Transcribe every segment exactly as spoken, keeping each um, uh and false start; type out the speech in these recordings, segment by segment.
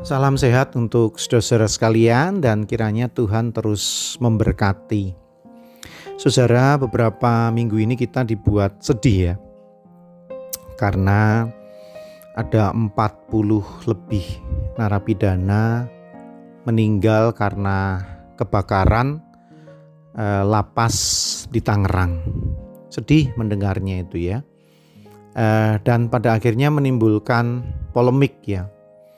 Salam sehat untuk saudara sekalian dan kiranya Tuhan terus memberkati. Saudara, beberapa minggu ini kita dibuat sedih ya. Karena ada empat puluh lebih narapidana meninggal karena kebakaran eh, lapas di Tangerang. Sedih mendengarnya itu ya. Eh, dan pada akhirnya menimbulkan polemik ya.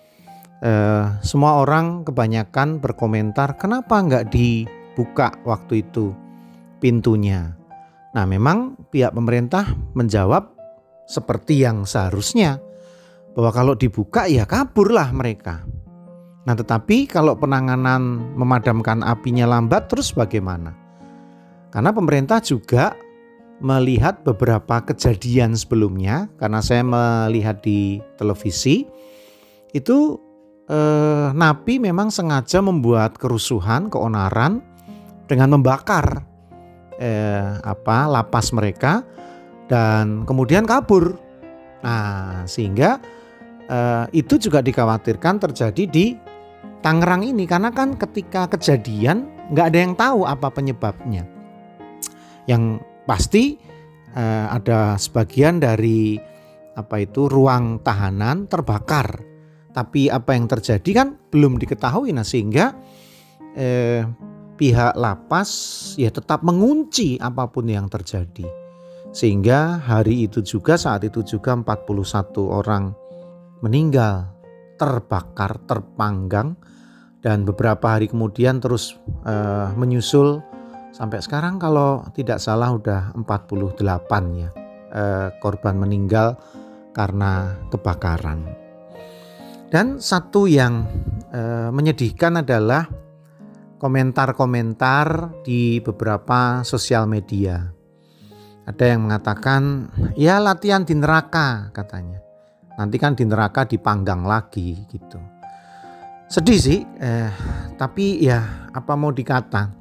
Uh, semua orang kebanyakan berkomentar kenapa nggak dibuka waktu itu pintunya. Nah memang pihak pemerintah menjawab seperti yang seharusnya, bahwa kalau dibuka ya kaburlah mereka. Nah tetapi kalau penanganan memadamkan apinya lambat terus bagaimana? Karena pemerintah juga melihat beberapa kejadian sebelumnya, karena saya melihat di televisi itu Eh, napi memang sengaja membuat kerusuhan, keonaran dengan membakar eh, apa lapas mereka dan kemudian kabur. Nah, sehingga eh, itu juga dikhawatirkan terjadi di Tangerang ini karena kan ketika kejadian nggak ada yang tahu apa penyebabnya. Yang pasti eh, ada sebagian dari apa itu ruang tahanan terbakar. Tapi apa yang terjadi kan belum diketahui, nah sehingga eh, pihak lapas ya tetap mengunci apapun yang terjadi. Sehingga hari itu juga saat itu juga empat puluh satu orang meninggal, terbakar, terpanggang dan beberapa hari kemudian terus eh, menyusul sampai sekarang kalau tidak salah udah empat puluh delapan ya eh, korban meninggal karena kebakaran. Dan satu yang e, menyedihkan adalah komentar-komentar di beberapa sosial media. Ada yang mengatakan, ya latihan di neraka katanya. Nanti kan di neraka dipanggang lagi gitu. Sedih sih, eh, tapi ya apa mau dikata.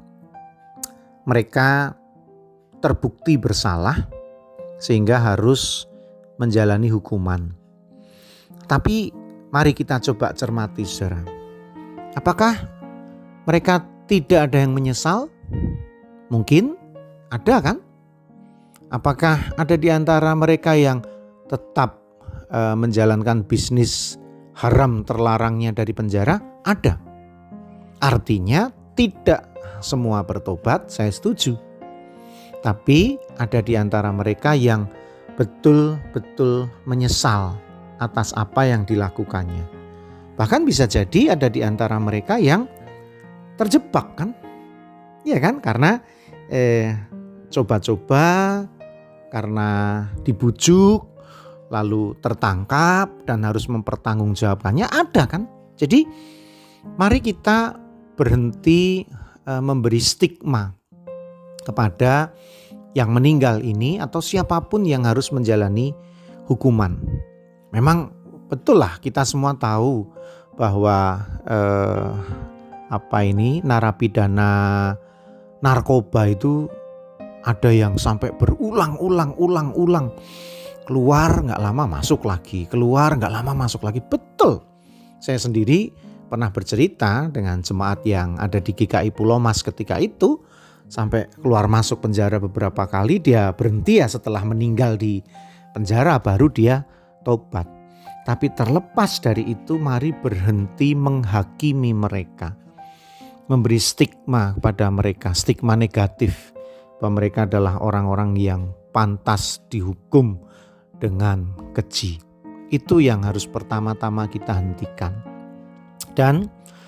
Mereka terbukti bersalah sehingga harus menjalani hukuman. Tapi mari kita coba cermati saudara. Apakah mereka tidak ada yang menyesal? Mungkin ada kan? Apakah ada di antara mereka yang tetap uh, menjalankan bisnis haram terlarangnya dari penjara? Ada. Artinya tidak semua bertobat, saya setuju. Tapi ada di antara mereka yang betul-betul menyesal atas apa yang dilakukannya. Bahkan bisa jadi ada di antara mereka yang terjebak kan? Iya kan? Karena eh, coba-coba, karena dibujuk, lalu tertangkap dan harus mempertanggungjawabkannya, ada kan? Jadi mari kita berhenti eh, memberi stigma kepada yang meninggal ini atau siapapun yang harus menjalani hukuman. Memang betul lah kita semua tahu bahwa eh, apa ini narapidana narkoba itu ada yang sampai berulang-ulang-ulang-ulang keluar nggak lama masuk lagi, keluar nggak lama masuk lagi. Betul, saya sendiri pernah bercerita dengan jemaat yang ada di G K I Pulau Mas ketika itu sampai keluar masuk penjara beberapa kali, dia berhenti ya setelah meninggal di penjara baru dia tobat. Tapi terlepas dari itu mari berhenti menghakimi mereka. Memberi stigma kepada mereka, stigma negatif bahwa mereka adalah orang-orang yang pantas dihukum dengan keji. Itu yang harus pertama-tama kita hentikan. Dan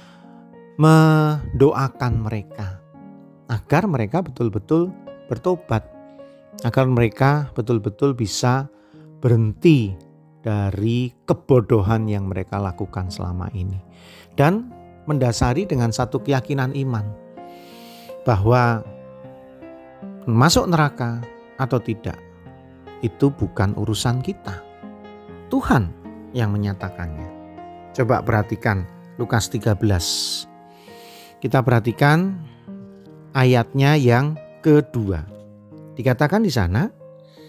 mendoakan mereka agar mereka betul-betul bertobat. Agar mereka betul-betul bisa berhenti dari kebodohan yang mereka lakukan selama ini. Dan mendasari dengan satu keyakinan iman bahwa masuk neraka atau tidak itu bukan urusan kita. Tuhan yang menyatakannya. Coba perhatikan Lukas tiga belas. Kita perhatikan ayatnya yang kedua. Dikatakan di sana,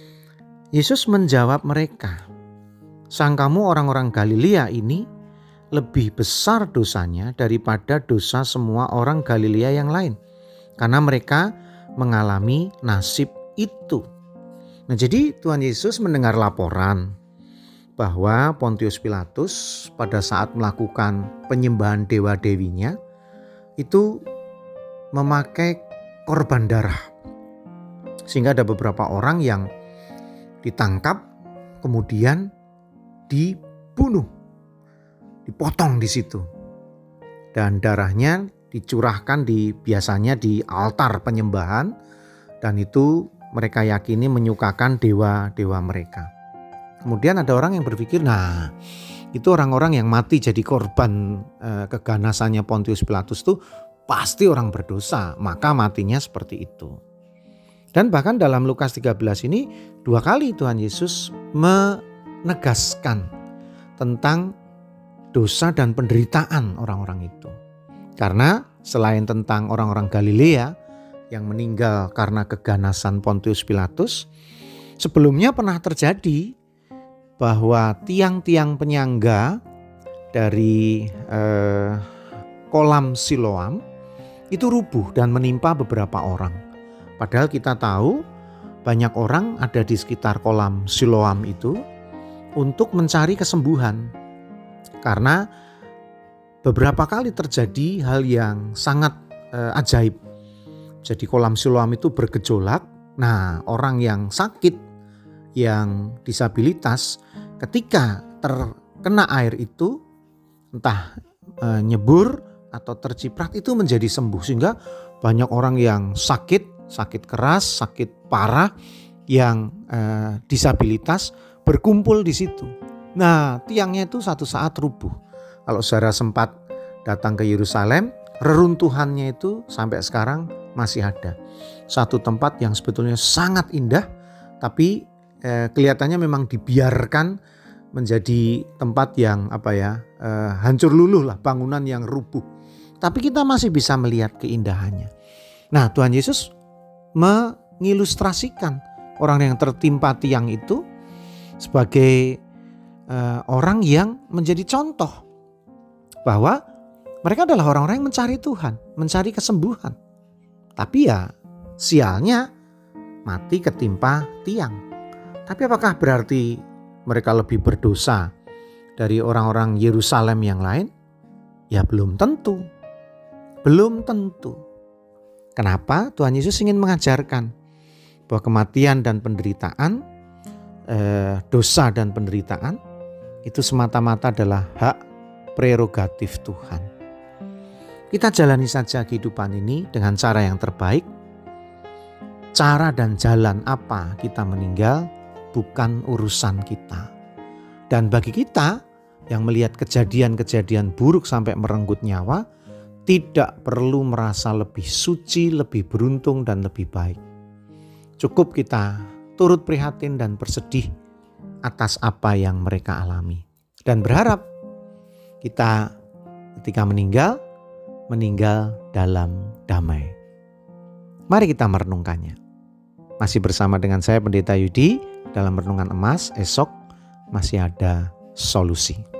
Yesus menjawab mereka, "Sangkamu orang-orang Galilea ini lebih besar dosanya daripada dosa semua orang Galilea yang lain. Karena mereka mengalami nasib itu. Nah, jadi Tuhan Yesus mendengar laporan bahwa Pontius Pilatus pada saat melakukan penyembahan dewa-dewinya itu memakai korban darah. Sehingga ada beberapa orang yang ditangkap kemudian dibunuh, dipotong di situ. Dan darahnya dicurahkan di biasanya di altar penyembahan, dan itu mereka yakini menyukakan dewa-dewa mereka. Kemudian ada orang yang berpikir, nah itu orang-orang yang mati jadi korban eh, keganasannya Pontius Pilatus tuh pasti orang berdosa, maka matinya seperti itu. Dan bahkan dalam Lukas tiga belas ini dua kali Tuhan Yesus menegaskan tentang dosa dan penderitaan orang-orang itu. Karena selain tentang orang-orang Galilea yang meninggal karena keganasan Pontius Pilatus, sebelumnya pernah terjadi bahwa tiang-tiang penyangga dari eh, kolam Siloam itu rubuh dan menimpa beberapa orang. Padahal kita tahu banyak orang ada di sekitar kolam Siloam itu untuk mencari kesembuhan. Karena beberapa kali terjadi hal yang sangat eh, ajaib. Jadi kolam Siloam itu bergejolak. Nah, orang yang sakit, yang disabilitas, ketika terkena air itu entah eh, nyebur atau terciprat itu menjadi sembuh. Sehingga banyak orang yang sakit, sakit keras, sakit parah, yang eh, disabilitas berkumpul di situ. Nah, tiangnya itu satu saat rubuh. Kalau saudara sempat datang ke Yerusalem, reruntuhannya itu sampai sekarang masih ada. Satu tempat yang sebetulnya sangat indah, tapi eh, kelihatannya memang dibiarkan menjadi tempat yang apa ya eh, hancur luluh lah, bangunan yang rubuh. Tapi kita masih bisa melihat keindahannya. Nah, Tuhan Yesus mengilustrasikan orang yang tertimpa tiang itu sebagai uh, orang yang menjadi contoh bahwa mereka adalah orang-orang yang mencari Tuhan, mencari kesembuhan. Tapi ya sialnya mati ketimpa tiang. Tapi apakah berarti mereka lebih berdosa dari orang-orang Yerusalem yang lain? Ya belum tentu. Belum tentu. Kenapa? Tuhan Yesus ingin mengajarkan bahwa kematian dan penderitaan, eh, dosa dan penderitaan itu semata-mata adalah hak prerogatif Tuhan. Kita jalani saja kehidupan ini dengan cara yang terbaik. Cara dan jalan apa kita meninggal bukan urusan kita. Dan bagi kita yang melihat kejadian-kejadian buruk sampai merenggut nyawa, tidak perlu merasa lebih suci, lebih beruntung, dan lebih baik. Cukup kita turut prihatin dan bersedih atas apa yang mereka alami. Dan berharap kita ketika meninggal, meninggal dalam damai. Mari kita merenungkannya. Masih bersama dengan saya Pendeta Yudi dalam Renungan Emas. Esok masih ada solusi.